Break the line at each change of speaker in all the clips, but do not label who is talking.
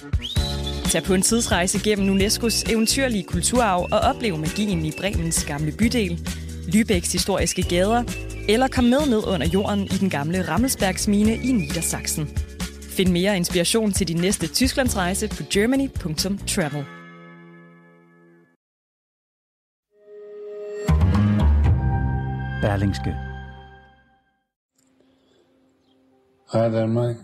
Tag på en tidsrejse gennem UNESCO's eventyrlige kulturarv og oplev magien i Bremens gamle bydel, Lübecks historiske gader, eller kom med ned under jorden i den gamle Rammelsbergsmine i Niedersachsen. Find mere inspiration til din næste Tysklandsrejse på germany.travel.
Berlingske.
Hej Danmark.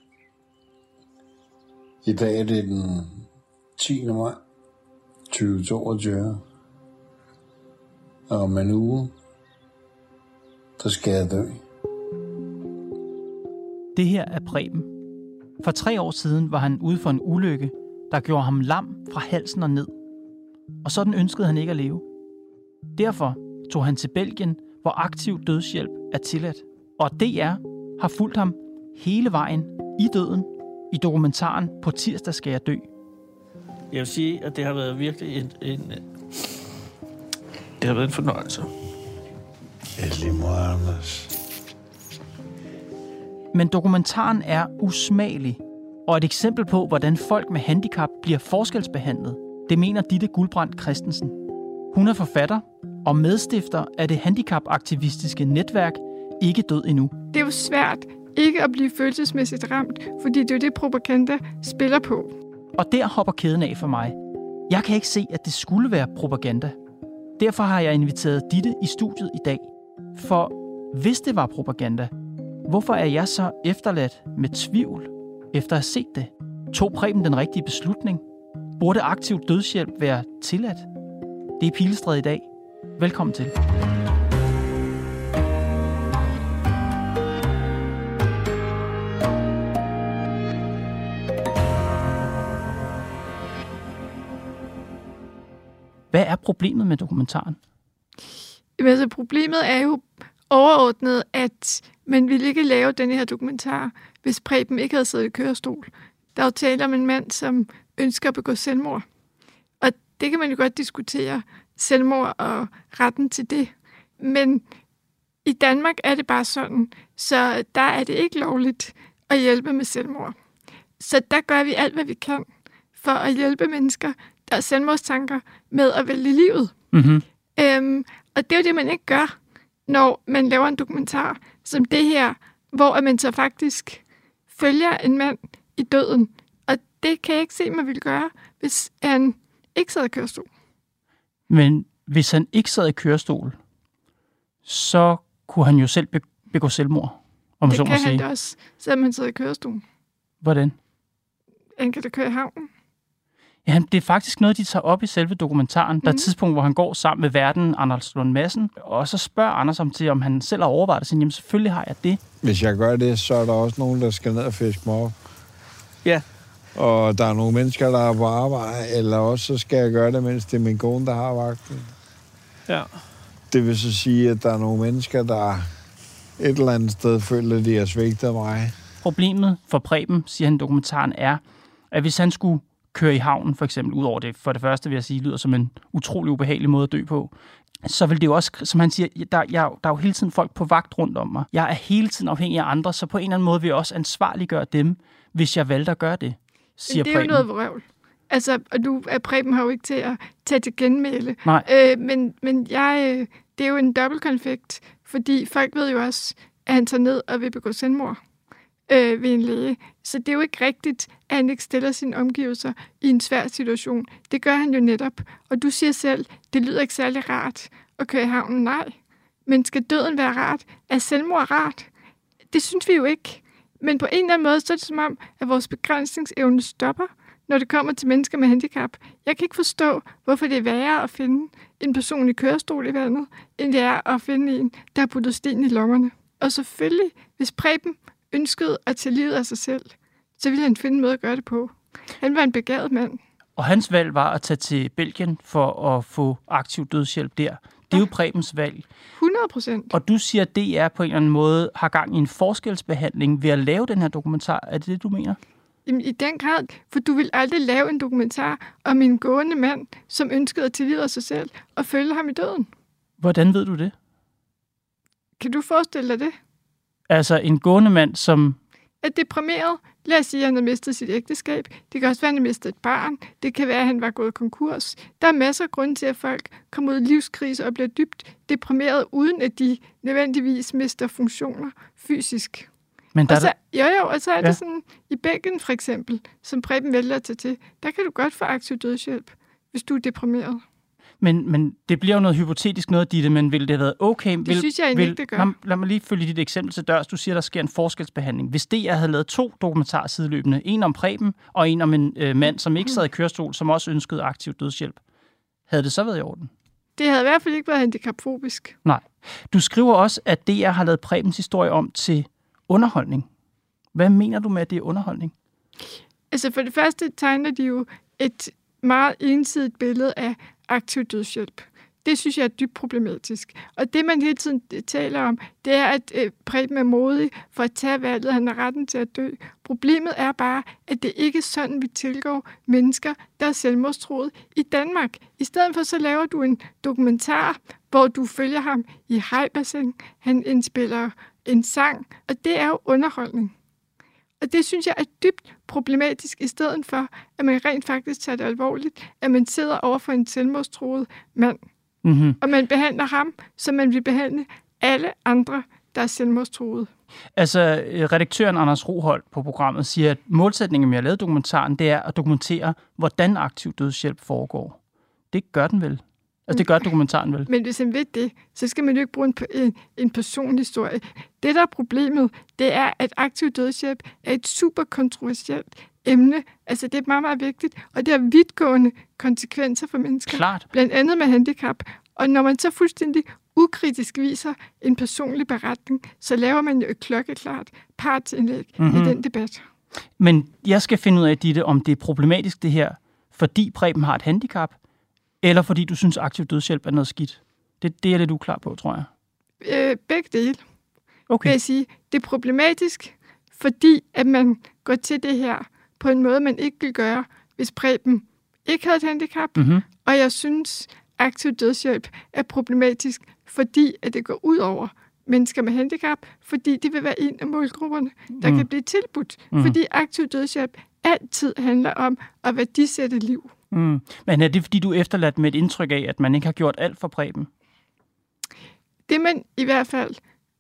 I dag er det den 10. maj 2022. Og om en uge, der skal jeg dø.
Det her er Preben. For 3 år siden var han ude for en ulykke, der gjorde ham lam fra halsen og ned. Og sådan ønskede han ikke at leve. Derfor tog han til Belgien, hvor aktiv dødshjælp er tilladt. Og DR har fulgt ham hele vejen i døden i dokumentaren På tirsdag skal jeg dø.
Jeg vil sige, at det har været virkelig det har været en fornøjelse.
Lige måde, Anders.
Men dokumentaren er usmagelig, og et eksempel på, hvordan folk med handicap bliver forskelsbehandlet. Det mener Ditte Guldbrandt Christensen. Hun er forfatter og medstifter af det handicapaktivistiske netværk Ikke død endnu.
Det er jo svært ikke at blive følelsesmæssigt ramt, fordi det er jo det, propaganda spiller på.
Og der hopper kæden af for mig. Jeg kan ikke se, at det skulle være propaganda. Derfor har jeg inviteret Ditte i studiet i dag. For hvis det var propaganda, hvorfor er jeg så efterladt med tvivl efter at have set det? Tog Preben den rigtige beslutning? Burde aktiv dødshjælp være tilladt? Det er Pilestræde i dag. Velkommen til. Hvad er problemet med dokumentaren?
Altså, problemet er jo overordnet, at man ville ikke lave den her dokumentar, hvis Preben ikke havde siddet i kørestol. Der er jo tale om en mand, som ønsker at begå selvmord. Og det kan man jo godt diskutere, selvmord og retten til det. Men i Danmark er det bare sådan, så der er det ikke lovligt at hjælpe med selvmord. Så der gør vi alt, hvad vi kan for at hjælpe mennesker, der har selvmordstanker, med at vælge livet.
Mm-hmm.
Og det er jo det, man ikke gør, når man laver en dokumentar som det her, hvor man så faktisk følger en mand i døden. Og det kan jeg ikke se, man ville gøre, hvis han ikke sad i kørestol.
Men hvis han ikke sad i kørestol, så kunne han jo selv begå selvmord, om
det
så må
kan
sige.
han da også, selvom han sidder i kørestol.
Hvordan?
Han kan da køre i havnen.
Ja, det er faktisk noget, de tager op i selve dokumentaren. Der er et tidspunkt, hvor han går sammen med værten Anders Lund Madsen, og så spørger Anders om han selv har overvejet det. Jamen, selvfølgelig har jeg det.
Hvis jeg gør det, så er der også nogen, der skal ned og fiske mig op.
Ja.
Og der er nogle mennesker, der er på arbejde, eller også så skal jeg gøre det, mens det er min kone, der har vagten.
Ja.
Det vil så sige, at der er nogle mennesker, der et eller andet sted føler, at de har svigtet mig.
Problemet for Preben, siger han i dokumentaren, er, at hvis han skulle køre i havnen, for eksempel, ud over det, for det første vil jeg sige, lyder som en utrolig ubehagelig måde at dø på, så vil det jo også, som han siger, der er jo hele tiden folk på vagt rundt om mig. Jeg er hele tiden afhængig af andre, så på en eller anden måde vil jeg også ansvarliggøre dem, hvis jeg valgte at gøre det, siger Preben.
Det er jo noget vrøvl. Altså, og du, Preben har jo ikke til at tage til genmæle.
Nej.
Men jeg, det er jo en dobbeltkonflikt, fordi folk ved jo også, at han tager ned og vil begå selvmord ved en læge. Så det er jo ikke rigtigt, at han ikke stiller sine omgivelser i en svær situation. Det gør han jo netop. Og du siger selv, det lyder ikke særlig rart at køre i havnen. Nej. Men skal døden være rart? Er selvmord rart? Det synes vi jo ikke. Men på en eller anden måde, så er det som om, at vores begrænsningsevne stopper, når det kommer til mennesker med handicap. Jeg kan ikke forstå, hvorfor det er værre at finde en person i kørestol i vandet, end det er at finde en, der har puttet sten i lommerne. Og selvfølgelig, hvis Preben ønskede at tage livet af sig selv, så ville han finde en måde at gøre det på. Han var en begavet mand.
Og hans valg var at tage til Belgien for at få aktiv dødshjælp der. Det er jo Prebens valg.
100%.
Og du siger, at DR på en eller anden måde har gang i en forskelsbehandling ved at lave den her dokumentar. Er det det, du mener?
Jamen, i den grad, for du vil aldrig lave en dokumentar om en gående mand, som ønskede at tage livet af sig selv og følge ham i døden.
Hvordan ved du det?
Kan du forestille dig det?
Altså en gående mand, som
er deprimeret. Lad os sige, at han har mistet sit ægteskab. Det kan også være, at han har mistet et barn. Det kan være, at han var gået konkurs. Der er masser af grunde til, at folk kommer ud i livskrise og bliver dybt deprimeret, uden at de nødvendigvis mister funktioner fysisk.
Men
og så er det sådan, i Belgien for eksempel, som Preben vælger at tage til, der kan du godt få aktiv dødshjælp, hvis du er deprimeret.
Men det bliver jo noget hypotetisk noget, Ditte, men ville det have været okay?
Det synes jeg ikke, det gør.
Lad mig lige følge dit eksempel til dørs. Du siger, der sker en forskelsbehandling. Hvis DR havde lavet 2 dokumentarer sideløbende, en om Preben og en om en mand, som ikke sad i kørestol, som også ønskede aktiv dødshjælp, havde det så været i orden?
Det havde i hvert fald ikke været handicapfobisk.
Nej. Du skriver også, at DR har lavet Prebens historie om til underholdning. Hvad mener du med, at det er underholdning?
Altså for det første tegner de jo et meget ensidigt billede af aktiv dødshjælp. Det synes jeg er dybt problematisk. Og det, man hele tiden taler om, det er, at Preben er modig for at tage valget. Han har retten til at dø. Problemet er bare, at det ikke er sådan, vi tilgår mennesker, der er selvmordstruede i Danmark. I stedet for, så laver du en dokumentar, hvor du følger ham i hajbassin. Han indspiller en sang, og det er jo underholdning. Og det synes jeg er dybt problematisk, i stedet for, at man rent faktisk tager det alvorligt, at man sidder over for en selvmordstruet mand. Mm-hmm. Og man behandler ham, som man vil behandle alle andre, der er selvmordstruede.
Altså, redaktøren Anders Roholt på programmet siger, at målsætningen med at lave dokumentaren, det er at dokumentere, hvordan aktiv dødshjælp foregår. Det gør den vel? Altså, det gør dokumentaren vel?
Men hvis han ved det, så skal man jo ikke bruge en personhistorie. Det, der er problemet, det er, at aktiv dødshjælp er et super kontroversielt emne. Altså, det er meget, meget vigtigt, og det har vidtgående konsekvenser for mennesker.
Klart.
Blandt andet med handicap. Og når man så fuldstændig ukritisk viser en personlig beretning, så laver man jo et klokkeklart partsindlæg i den debat.
Men jeg skal finde ud af, Ditte, om det er problematisk det her, fordi Preben har et handicap, eller fordi du synes, aktiv dødshjælp er noget skidt. Det er lidt uklar på, tror jeg.
Begge dele.
Okay.
Vil jeg sige, det er problematisk, fordi at man går til det her på en måde, man ikke vil gøre, hvis Preben ikke havde et handicap. Mm-hmm. Og jeg synes, aktiv dødshjælp er problematisk, fordi at det går ud over mennesker med handicap, fordi det vil være en af målgrupperne, der kan blive tilbudt. Fordi aktiv dødshjælp altid handler om at værdisætte liv.
Men er det, fordi du er efterladt med et indtryk af, at man ikke har gjort alt for Preben?
Det man i hvert fald,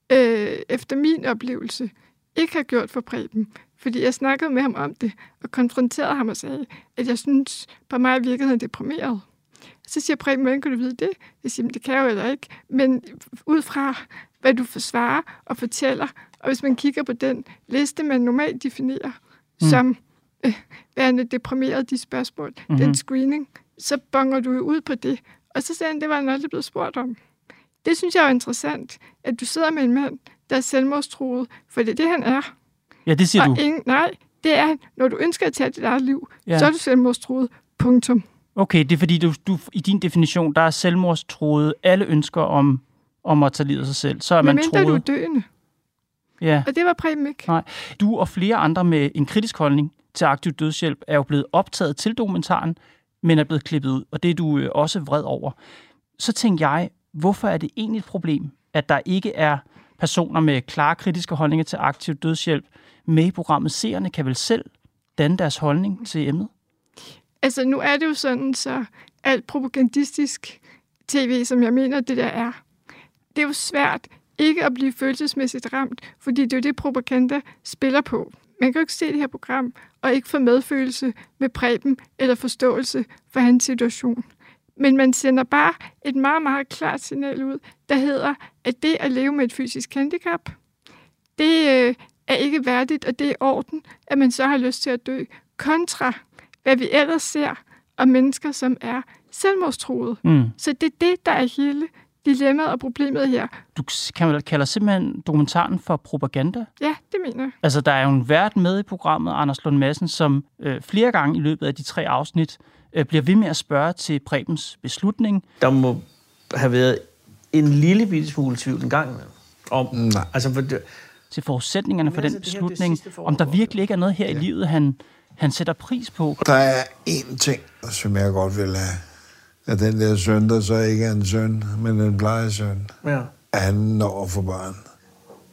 efter min oplevelse, ikke har gjort for Preben, fordi jeg snakkede med ham om det, og konfronterede ham og sagde, at jeg synes, på mig virkede han deprimeret. Så siger Preben, hvordan kan du vide det? Jeg siger, det kan jeg jo eller ikke. Men ud fra, hvad du forsvarer og fortæller, og hvis man kigger på den liste, man normalt definerer som værende deprimeret, de spørgsmål, den screening, så bonger du jo ud på det. Og så sagde han, det var han aldrig blevet spurgt om. Det synes jeg er interessant, at du sidder med en mand, der er selvmordstruet, for det er det, han er.
Ja, det siger du.
Nej, det er, når du ønsker at tage dit eget liv, så er du selvmordstruet. Punktum.
Okay, det er fordi, du i din definition, der er selvmordstruet alle ønsker om at tage livet af sig selv. Så er man troet.
Men mindre du er døende.
Ja.
Og det var Preben ikke.
Nej. Du og flere andre med en kritisk holdning til aktiv dødshjælp er jo blevet optaget til dokumentaren, men er blevet klippet ud, og det er du også vred over. Så tænker jeg, hvorfor er det egentlig et problem, at der ikke er personer med klare kritiske holdninger til aktiv dødshjælp med i programmet? Seerne kan vel selv danne deres holdning til emnet?
Altså, nu er det jo sådan, så alt propagandistisk tv, som jeg mener, det der er, det er jo svært ikke at blive følelsesmæssigt ramt, fordi det er jo det, propaganda spiller på. Man kan jo ikke se det her program og ikke få medfølelse med Preben eller forståelse for hans situation. Men man sender bare et meget, meget klart signal ud, der hedder, at det at leve med et fysisk handicap, det er ikke værdigt, og det er i orden, at man så har lyst til at dø, kontra hvad vi ellers ser om mennesker, som er selvmordstruede. Så det er det, der er hele dilemmaet og problemet her.
Du kalder simpelthen dokumentaren for propaganda?
Ja, det mener jeg.
Altså, der er jo en vært med i programmet, Anders Lund Madsen, som flere gange i løbet af de 3 afsnit bliver ved med at spørge til Prebens beslutning.
Der må have været en lille bitte smule tvivl en gang om.
Nej.
Altså,
til forudsætningerne for den beslutning, om der virkelig ikke er noget her i livet, han sætter pris på.
Der er én ting, som jeg godt vil have. At den der søn, der så ikke er en søn, men en plejesøn, han når for barn.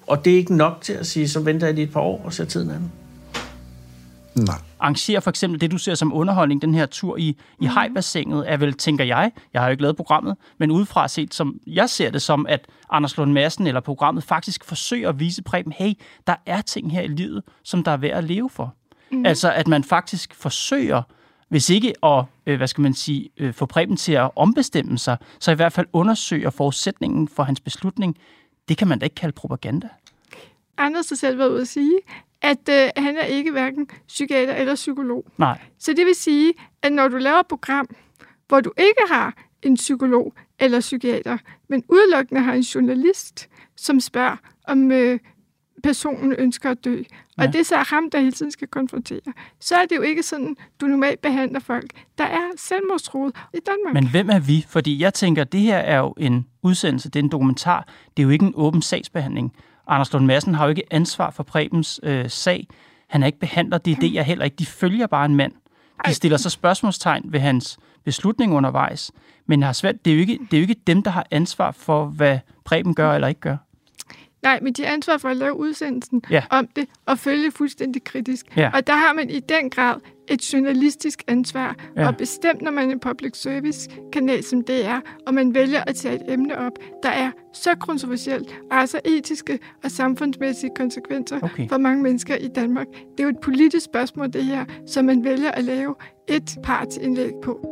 Og det er ikke nok til at sige, så venter jeg lige et par år og ser tiden an.
Nej.
Arrangerer for eksempel det, du ser som underholdning, den her tur i hajbassinet, er vel, tænker jeg har jo ikke lavet programmet, men udefra set, som jeg ser det som, at Anders Lund Madsen eller programmet faktisk forsøger at vise Preben, hey, der er ting her i livet, som der er værd at leve for. Altså, at man faktisk forsøger, hvis ikke at, få Preben til at ombestemme sig, så i hvert fald undersøger forudsætningen for hans beslutning. Det kan man da ikke kalde propaganda.
Anders har selv været ude at sige, at han er ikke hverken psykiater eller psykolog.
Nej.
Så det vil sige, at når du laver et program, hvor du ikke har en psykolog eller psykiater, men udelukkende har en journalist, som spørger, om personen ønsker at dø, og det er så ham, der hele tiden skal konfrontere, så er det jo ikke sådan, du normalt behandler folk. Der er selvmordstruede i Danmark.
Men hvem er vi? Fordi jeg tænker, at det her er jo en udsendelse, det er en dokumentar, det er jo ikke en åben sagsbehandling. Anders Lund Madsen har jo ikke ansvar for Prebens sag. Han er ikke behandler, det er det jeg heller ikke. De følger bare en mand. De stiller så spørgsmålstegn ved hans beslutning undervejs, men har svært. Det er jo ikke dem, der har ansvar for, hvad Preben gør eller ikke gør.
Nej, men de har ansvar for at lave udsendelsen om det og følge fuldstændig kritisk.
Ja.
Og der har man i den grad et journalistisk ansvar, og bestemt når man er en public service kanal som det er, og man vælger at tage et emne op, der er så kontroversielt, og har så etiske og samfundsmæssige konsekvenser for mange mennesker i Danmark. Det er jo et politisk spørgsmål, det her, som man vælger at lave et partsindlæg på.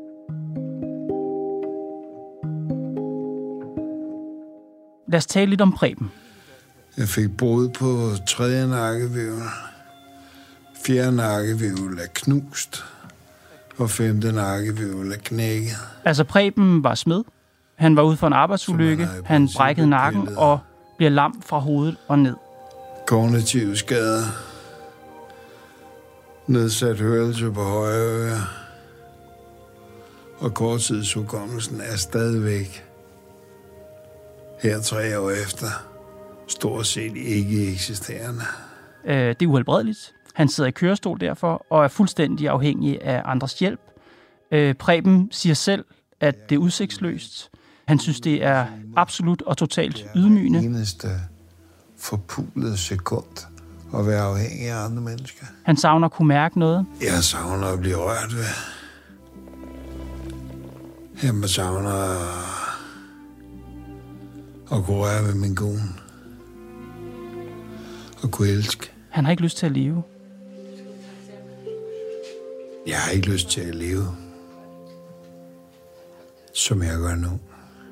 Lad os tale lidt om Preben.
Jeg fik brud på 3. nakkehvirvel. 4. nakkehvirvel er knust, og 5. nakkehvirvel er knækket.
Altså Preben var smed. Han var ude for en arbejdsulykke. Han brækkede nakken og bliver lam fra hovedet og ned.
Kognitive skader. Nedsat hørelse på højre øre. Og korttidshukommelsen er stadigvæk her 3 år efter stort set ikke eksisterende.
Det er uhelbredeligt. Han sidder i kørestol derfor, og er fuldstændig afhængig af andres hjælp. Preben siger selv, at det er udsigtsløst. Han synes, det er absolut og totalt ydmygende.
Det er det eneste forpulede sekund at være afhængig af andre mennesker.
Han savner at kunne mærke noget.
Jeg savner at blive rørt ved. Jeg savner at kunne røre ved min kone. Og kunne elske.
Han har ikke lyst til at leve.
Jeg har ikke lyst til at leve, som jeg gør nu.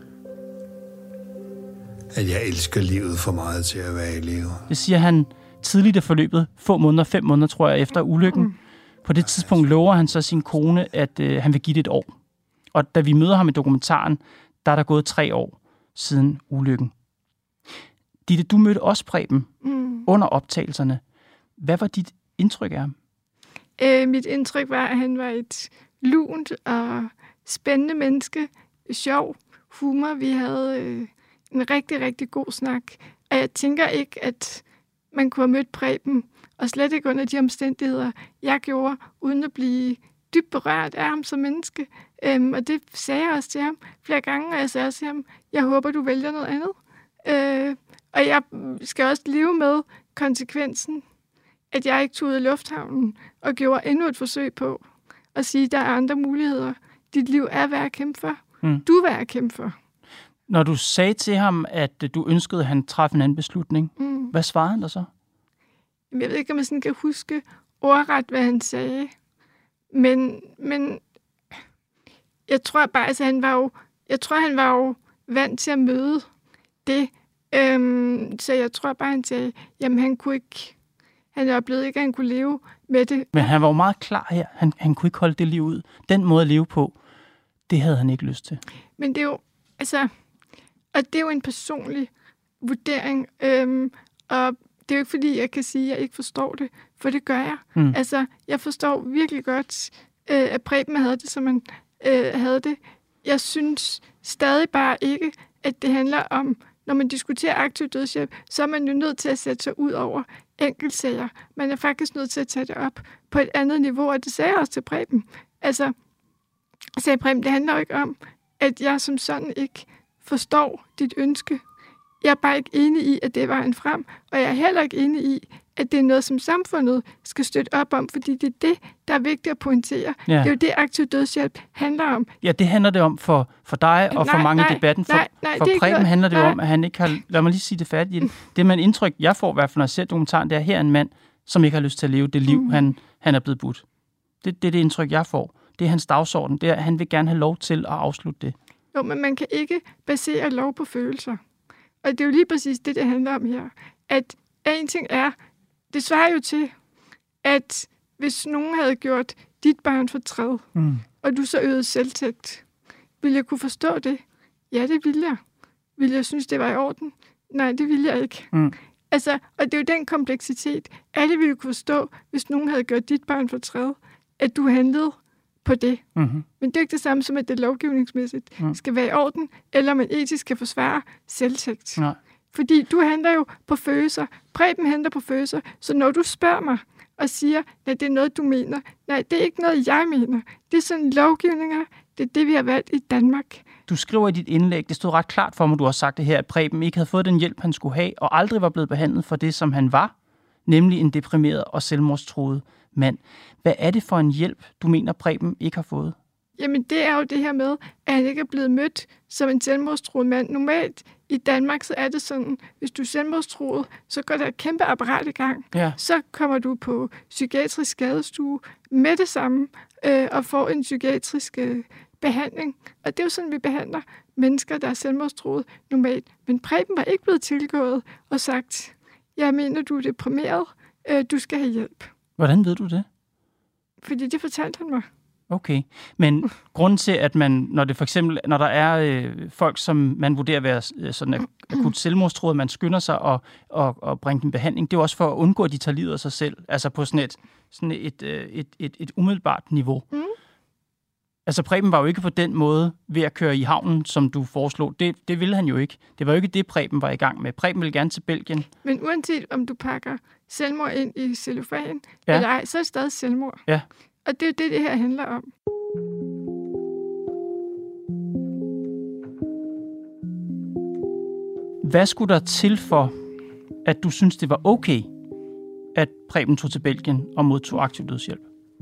At jeg elsker livet for meget til at være i live.
Det siger han tidligt i forløbet, 5 måneder, tror jeg, efter ulykken. På det tidspunkt lover han så sin kone, at han vil give det 1 år. Og da vi møder ham i dokumentaren, der er der gået 3 år siden ulykken. Ditte, du mødte også Preben under optagelserne. Hvad var dit indtryk af ham?
Mit indtryk var, at han var et lunt og spændende menneske. Sjov humor. Vi havde en rigtig, rigtig god snak. Og jeg tænker ikke, at man kunne have mødt Preben, og slet ikke under de omstændigheder, jeg gjorde, uden at blive dybt berørt af ham som menneske. Og det sagde jeg også til ham flere gange, og jeg sagde også til ham, jeg håber, du vælger noget andet. Og jeg skal også leve med konsekvensen, at jeg ikke tog ud af lufthavnen og gjorde endnu et forsøg på at sige, at der er andre muligheder. Dit liv er værd at kæmpe for. Du er værd at kæmpe for.
Når du sagde til ham, at du ønskede, at han træffede en anden beslutning, hvad svarede han der så?
Jeg ved ikke, om jeg sådan kan huske ordret, hvad han sagde. Men jeg tror bare, altså han var jo vant til at møde det. Så jeg tror bare, han sagde, jamen han oplevede ikke, at han kunne leve med det.
Men han var jo meget klar her. Han kunne ikke holde det liv ud. Den måde at leve på, det havde han ikke lyst til. Men
det er jo, altså, og det er jo en personlig vurdering, og det er jo ikke fordi, jeg kan sige, at jeg ikke forstår det, for det gør jeg. Altså, jeg forstår virkelig godt, at Preben havde det, som han havde det. Jeg synes stadig bare ikke, at det handler om, når man diskuterer aktiv dødshjælp, så er man jo nødt til at sætte sig ud over enkeltsager. Man er faktisk nødt til at tage det op på et andet niveau, og det sagde jeg også til Preben. Altså, sagde Preben, det handler jo ikke om, at jeg som sådan ikke forstår dit ønske. Jeg er bare ikke enig i, at det er vejen frem, og jeg er heller ikke enig i, at det er noget, som samfundet skal støtte op om, fordi det er det, der er vigtigt at pointere. Ja. Det er jo det, aktiv dødshjælp handler om.
Ja, det handler det om for dig og for mange i debatten. For Preben handler det jo om, at han ikke har... Lad mig lige sige det færdigt. Det man indtryk, jeg får i hvert fald, når jeg ser dokumentaren, det er, her er en mand, som ikke har lyst til at leve det liv, han er blevet budt. Det er det indtryk, jeg får. Det er hans dagsorden. Det er, at han vil gerne have lov til at afslutte det.
Jo, men man kan ikke basere lov på følelser. Og det er jo lige præcis det handler om her. At en ting er, det svarer jo til, at hvis nogen havde gjort dit barn fortræd, og du så øvede selvtægt, ville jeg kunne forstå det? Ja, det ville jeg. Ville jeg synes, det var i orden? Nej, det ville jeg ikke. Altså, og det er jo den kompleksitet. Alle ville kunne forstå, hvis nogen havde gjort dit barn fortræd, at du handlede på det. Men det er ikke det samme som, at det lovgivningsmæssigt skal være i orden, eller man etisk kan forsvare selvtægt. Nej. Fordi du handler jo på følelser. Preben handler på følelser. Så når du spørger mig og siger, at det er noget, du mener. Nej, det er ikke noget, jeg mener. Det er sådan lovgivninger. Det er det, vi har valgt i Danmark.
Du skriver i dit indlæg, det stod ret klart for mig, du har sagt det her, at Preben ikke havde fået den hjælp, han skulle have, og aldrig var blevet behandlet for det, som han var, nemlig en deprimeret og selvmordstruet mand. Hvad er det for en hjælp, du mener, Preben ikke har fået?
Jamen, det er jo det her med, at han ikke er blevet mødt som en selvmordstruet mand. Normalt i Danmark, så er det sådan, hvis du er selvmordstruet, så går der et kæmpe apparat i gang. Ja. Så kommer du på psykiatrisk skadestue med det samme og får en psykiatrisk behandling. Og det er jo sådan, vi behandler mennesker, der er selvmordstruet normalt. Men Preben var ikke blevet tilgået og sagt, jeg mener, du er deprimeret, du skal have hjælp.
Hvordan ved du det?
Fordi det fortalte han mig. Okay,
men grunden til, at man, når det for eksempel, når der er folk, som man vurderer at være sådan akut selvmordstruet, man skynder sig og bringe dem behandling, det er også for at undgå, at de tager livet af sig selv, altså på sådan et umiddelbart niveau. Altså Preben var jo ikke på den måde ved at køre i havnen, som du foreslog. Det ville han jo ikke. Det var jo ikke det, Preben var i gang med. Preben ville gerne til Belgien.
Men uanset om du pakker selvmord ind i cellofan, eller ej, så er det stadig selvmord. Ja. Og det er jo det her handler om.
Hvad skulle der til for, at du synes, det var okay, at Preben tog til Belgien og modtog aktiv dødshjælp?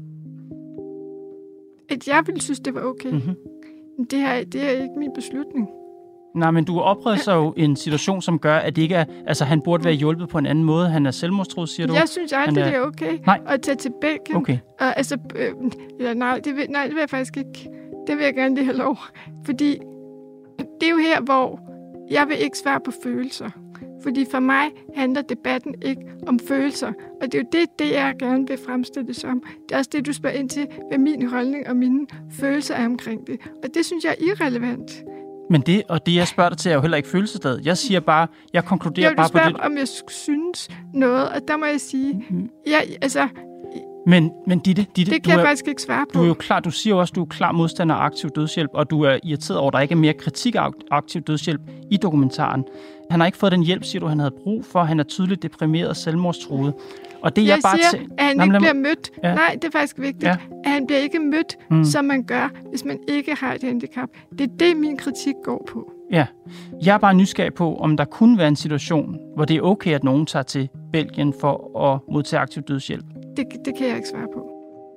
At jeg ville synes, det var okay? Det er ikke min beslutning.
Nej, men du opreder jo en situation, som gør, at det ikke er... Altså, han burde være hjulpet på en anden måde. Han er selvmordstruet, siger du?
Jeg synes aldrig, det er okay at tage til Belgien. Okay. Nej, det vil jeg faktisk ikke. Det vil jeg gerne lige have lov. Fordi det er jo her, hvor jeg vil ikke svare på følelser. Fordi for mig handler debatten ikke om følelser. Og det er jo det, jeg gerne vil fremstille det som. Det er også det, du spørger ind til, hvad min holdning og mine følelser er omkring det. Og det synes jeg er irrelevant.
Men det jeg spørger dig til, er jo heller ikke følelsesladet. Jeg siger bare, jeg konkluderer bare på det.
Du spørger, om jeg synes noget, og der må jeg sige,
Men Ditte,
det kan jeg faktisk ikke svare på.
Du er jo klar, du siger jo også, at du er klar modstander af aktiv dødshjælp, og du er irriteret over, at der ikke er mere kritik af aktiv dødshjælp i dokumentaren. Han har ikke fået den hjælp, siger du, han havde brug for. Han er tydeligt deprimeret og selvmordstruet. Og det
jeg siger, at han ikke bliver mødt. Ja. Nej, det er faktisk vigtigt. Ja. At han bliver ikke mødt, som man gør, hvis man ikke har et handicap. Det er det, min kritik går på.
Ja. Jeg er bare nysgerrig på, om der kunne være en situation, hvor det er okay, at nogen tager til Belgien for at modtage aktiv dødshjælp.
Det kan jeg ikke svare på.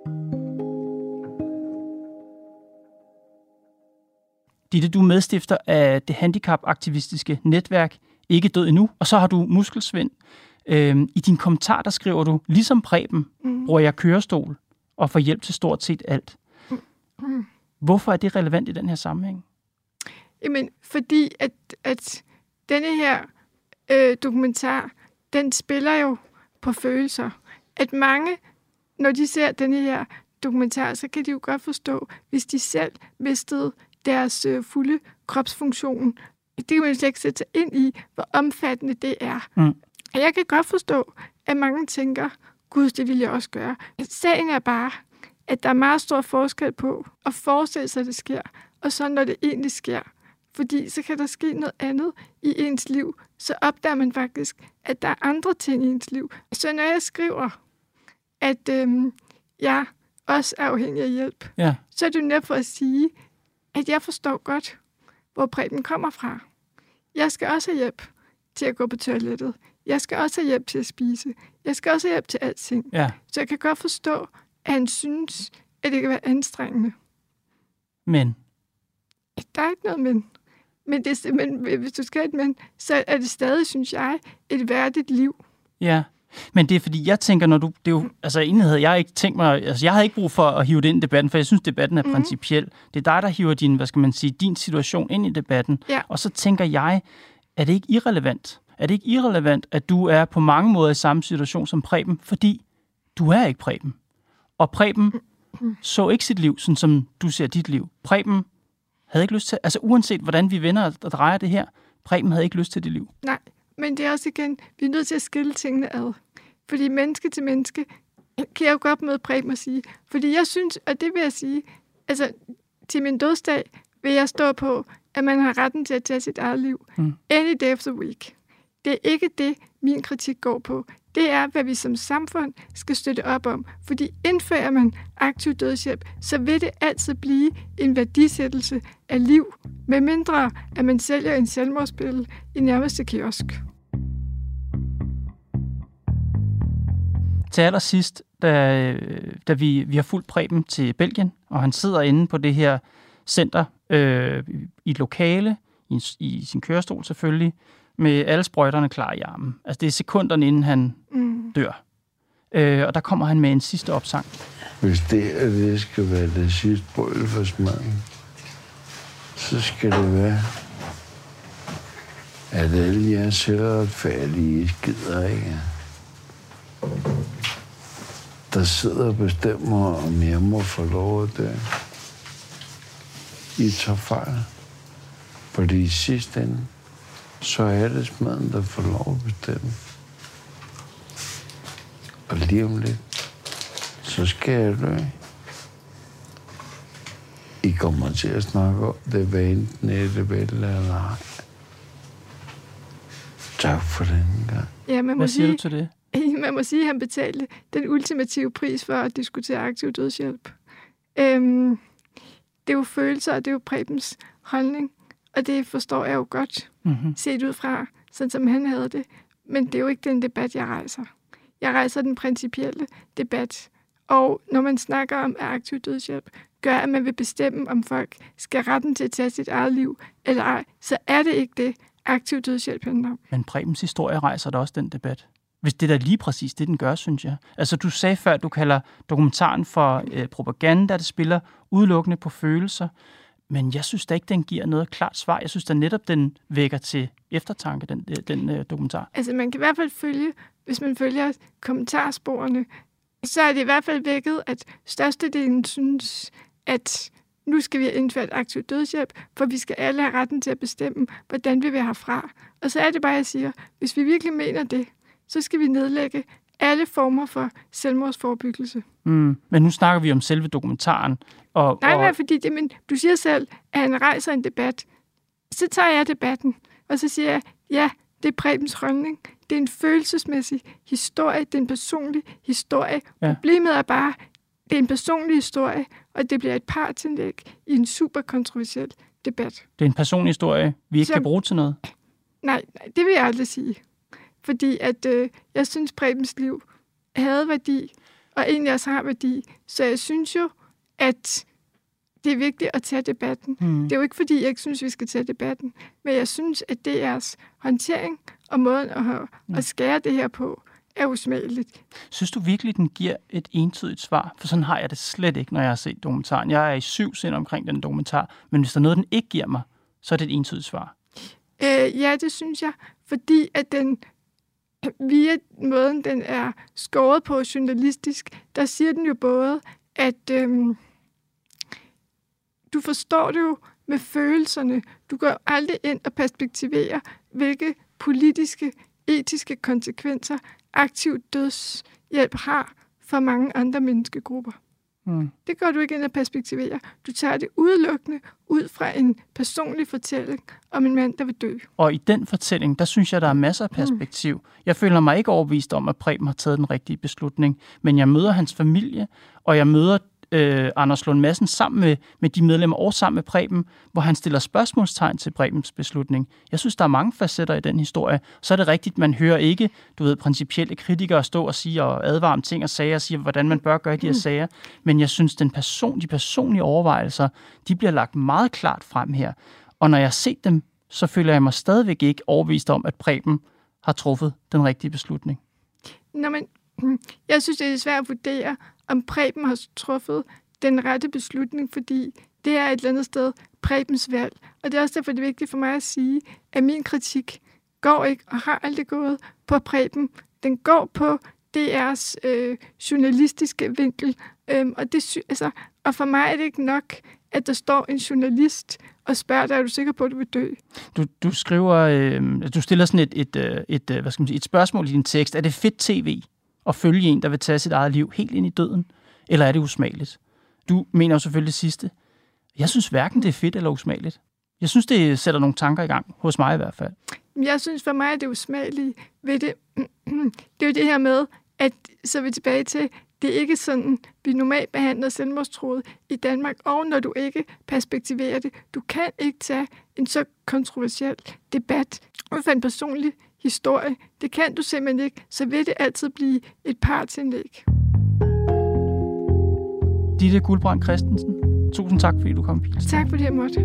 Ditte, du er medstifter af det handicapaktivistiske netværk Ikke Død Endnu, og så har du muskelsvind. I din kommentar, der skriver du, ligesom Preben, bruger jeg kørestol og får hjælp til stort set alt. Hvorfor er det relevant i den her sammenhæng?
Jamen, fordi at denne her dokumentar, den spiller jo på følelser. At mange, når de ser denne her dokumentar, så kan de jo godt forstå, hvis de selv mistede deres fulde kropsfunktion. Det kan man slet ikke sætte sig ind i, hvor omfattende det er. Og jeg kan godt forstå, at mange tænker, gud, det vil jeg også gøre. Sagen er bare, at der er meget stor forskel på at forestille sig, at det sker, og så når det egentlig sker. Fordi så kan der ske noget andet i ens liv. Så opdager man faktisk, at der er andre ting i ens liv. Så når jeg skriver, at jeg også er afhængig af hjælp, så er det jo netop for at sige, at jeg forstår godt, hvor Preben kommer fra. Jeg skal også have hjælp. til at gå på toilettet. Jeg skal også have hjælp til at spise. Jeg skal også have hjælp til alting.
Ja.
Så jeg kan godt forstå, at han synes, at det kan være anstrengende.
Men?
Der er ikke noget men. Men hvis du skal have et men, så er det stadig, synes jeg, et værdigt liv.
Ja, men det er fordi, jeg tænker, når du... Det er jo, altså egentlig havde jeg ikke tænkt mig... Altså jeg havde ikke brug for at hive det ind i debatten, for jeg synes, debatten er principiel. Det er dig, der hiver din situation ind i debatten.
Ja.
Og så tænker jeg, er det ikke irrelevant? Er det ikke irrelevant, at du er på mange måder i samme situation som Preben? Fordi du er ikke Preben. Og Preben så ikke sit liv, sådan som du ser dit liv. Preben havde ikke lyst til... Altså uanset hvordan vi vender og drejer det her, Preben havde ikke lyst til det liv.
Nej, men det er også igen, vi er nødt til at skille tingene ad. Fordi menneske til menneske kan jeg jo godt møde Preben og sige. Fordi jeg synes, og det vil jeg sige, altså til min dødsdag vil jeg stå på, at man har retten til at tage sit eget liv. Any day of the week. Det er ikke det, min kritik går på. Det er, hvad vi som samfund skal støtte op om. Fordi indfører man aktiv dødshjælp, så vil det altid blive en værdisættelse af liv, med mindre at man sælger en selvmordspille i nærmeste kiosk.
Til allersidst, da vi har fulgt Preben til Belgien, og han sidder inde på det her center i et lokale, i sin kørestol selvfølgelig, med alle sprøjterne klar i armen. Altså det er sekunderne, inden han dør. Og der kommer han med en sidste opsang.
Hvis det skal være det sidste brøl for smaden, så skal det være, at alle jer selvretfærdige skider ikke, der sidder og bestemmer, om jeg må få lov at dø. I tager fejl. Fordi i sidste ende, så er det smaden, der får lov at bestemme. Og lige om lidt, så skal jeg dø. I kommer til at snakke om det, hvad enten er det vel eller ej. Tak for den gang.
Ja,
Hvad siger du til det?
Man må sige, at han betalte den ultimative pris for at diskutere aktiv dødshjælp. Det er jo følelser, og det er jo Prebens holdning. Og det forstår jeg jo godt, set ud fra, sådan som han havde det. Men det er jo ikke den debat, jeg rejser. Jeg rejser den principielle debat. Og når man snakker om aktiv dødshjælp, gør, at man vil bestemme, om folk skal retten til at tage sit eget liv eller ej, så er det ikke det, aktiv dødshjælp handler om.
Men Prebens historie rejser da også den debat. Hvis det er da lige præcis det, den gør, synes jeg. Altså, du sagde før, at du kalder dokumentaren for propaganda, der spiller udelukkende på følelser. Men jeg synes da ikke, den giver noget klart svar. Jeg synes da netop, den vækker til eftertanke, den dokumentar.
Altså, man kan i hvert fald følge, hvis man følger kommentarsporene, så er det i hvert fald vækket, at størstedelen synes, at nu skal vi have indført aktiv dødshjælp, for vi skal alle have retten til at bestemme, hvordan vi vil herfra. Og så er det bare, jeg siger, hvis vi virkelig mener det, så skal vi nedlægge alle former for selvmordsforebyggelse.
Men nu snakker vi om selve dokumentaren.
Nej, fordi du siger selv, at han rejser en debat. Så tager jeg debatten, og så siger jeg, ja, det er Prebens holdning. Det er en følelsesmæssig historie, det er en personlig historie. Ja. Problemet er bare, det er en personlig historie, og det bliver et partsindlæg i en super kontroversiel debat.
Det er en personlig historie, vi ikke kan bruge til noget?
Nej, det vil jeg aldrig sige. Fordi at jeg synes, Prebens liv havde værdi, og egentlig også har værdi. Så jeg synes jo, at det er vigtigt at tage debatten. Det er jo ikke, fordi jeg ikke synes, vi skal tage debatten, men jeg synes, at DR's håndtering og måden at skære det her på, er usmageligt.
Synes du virkelig, den giver et entydigt svar? For sådan har jeg det slet ikke, når jeg har set dokumentaren. Jeg er i 7 sind omkring den dokumentar, men hvis der er noget, den ikke giver mig, så er det et entydigt svar.
Ja, det synes jeg, fordi at den via måden, den er skåret på journalistisk, der siger den jo både, at du forstår det jo med følelserne. Du går aldrig ind og perspektiverer, hvilke politiske, etiske konsekvenser aktiv dødshjælp har for mange andre menneskegrupper. Det gør du ikke ind og perspektiverer. Du tager det udelukkende ud fra en personlig fortælling om en mand, der vil dø.
Og i den fortælling, der synes jeg, der er masser af perspektiv. Jeg føler mig ikke overbevist om, at Preben har taget den rigtige beslutning, men jeg møder hans familie, og jeg møder Anders Lund Madsen sammen med de medlemmer og sammen med Preben, hvor han stiller spørgsmålstegn til Prebens beslutning. Jeg synes, der er mange facetter i den historie. Så er det rigtigt, man hører ikke, principielle kritikere stå og sige og advare om ting og sager og sige, hvordan man bør gøre de her sager. Men jeg synes, de personlige overvejelser, de bliver lagt meget klart frem her. Og når jeg har set dem, så føler jeg mig stadigvæk ikke overbevist om, at Preben har truffet den rigtige beslutning.
Nå, men jeg synes, det er svært at vurdere, om Preben har truffet den rette beslutning, fordi det er et eller andet sted Prebens valg. Og det er også derfor, det er vigtigt for mig at sige, at min kritik går ikke og har aldrig gået på Preben. Den går på DR's journalistiske vinkel. Og for mig er det ikke nok, at der står en journalist og spørger dig, er du sikker på, at du vil dø?
Du skriver, du stiller sådan et spørgsmål i din tekst. Er det fedt tv at følge en, der vil tage sit eget liv helt ind i døden? Eller er det usmageligt? Du mener jo selvfølgelig det sidste. Jeg synes hverken det er fedt eller usmageligt. Jeg synes, det sætter nogle tanker i gang, hos mig i hvert fald.
Jeg synes for mig, at det usmagelige ved det, det er jo det her med, at så er vi tilbage til, det er ikke sådan, vi normalt behandler selvmordstruede i Danmark, og når du ikke perspektiverer det, du kan ikke tage en så kontroversiel debat ud fra en personlig historie. Det kan du simpelthen ikke, så vil det altid blive et partsindlæg.
Ditte Guldbrand Christensen, tusind tak, fordi du kom.
Tak fordi jeg måtte.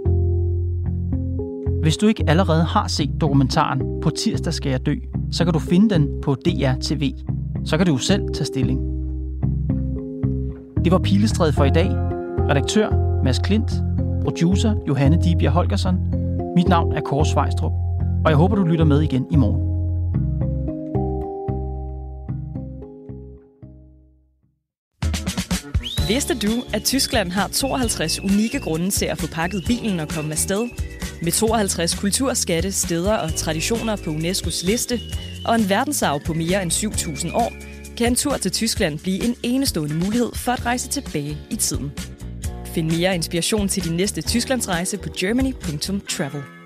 Hvis du ikke allerede har set dokumentaren På tirsdag skal jeg dø, så kan du finde den på DR TV. Så kan du jo selv tage stilling. Det var Pilestræde for i dag. Redaktør Mads Klint. Producer Johanne Dibjerg Holgersen. Mit navn er Kåre Svejstrup. Og jeg håber, du lytter med igen i morgen.
Vidste du, at Tyskland har 52 unikke grunde til at få pakket bilen og komme afsted? Med 52 kulturskatte, steder og traditioner på UNESCO's liste, og en verdensarv på mere end 7.000 år, kan en tur til Tyskland blive en enestående mulighed for at rejse tilbage i tiden. Find mere inspiration til din næste Tysklandsrejse på germany.travel.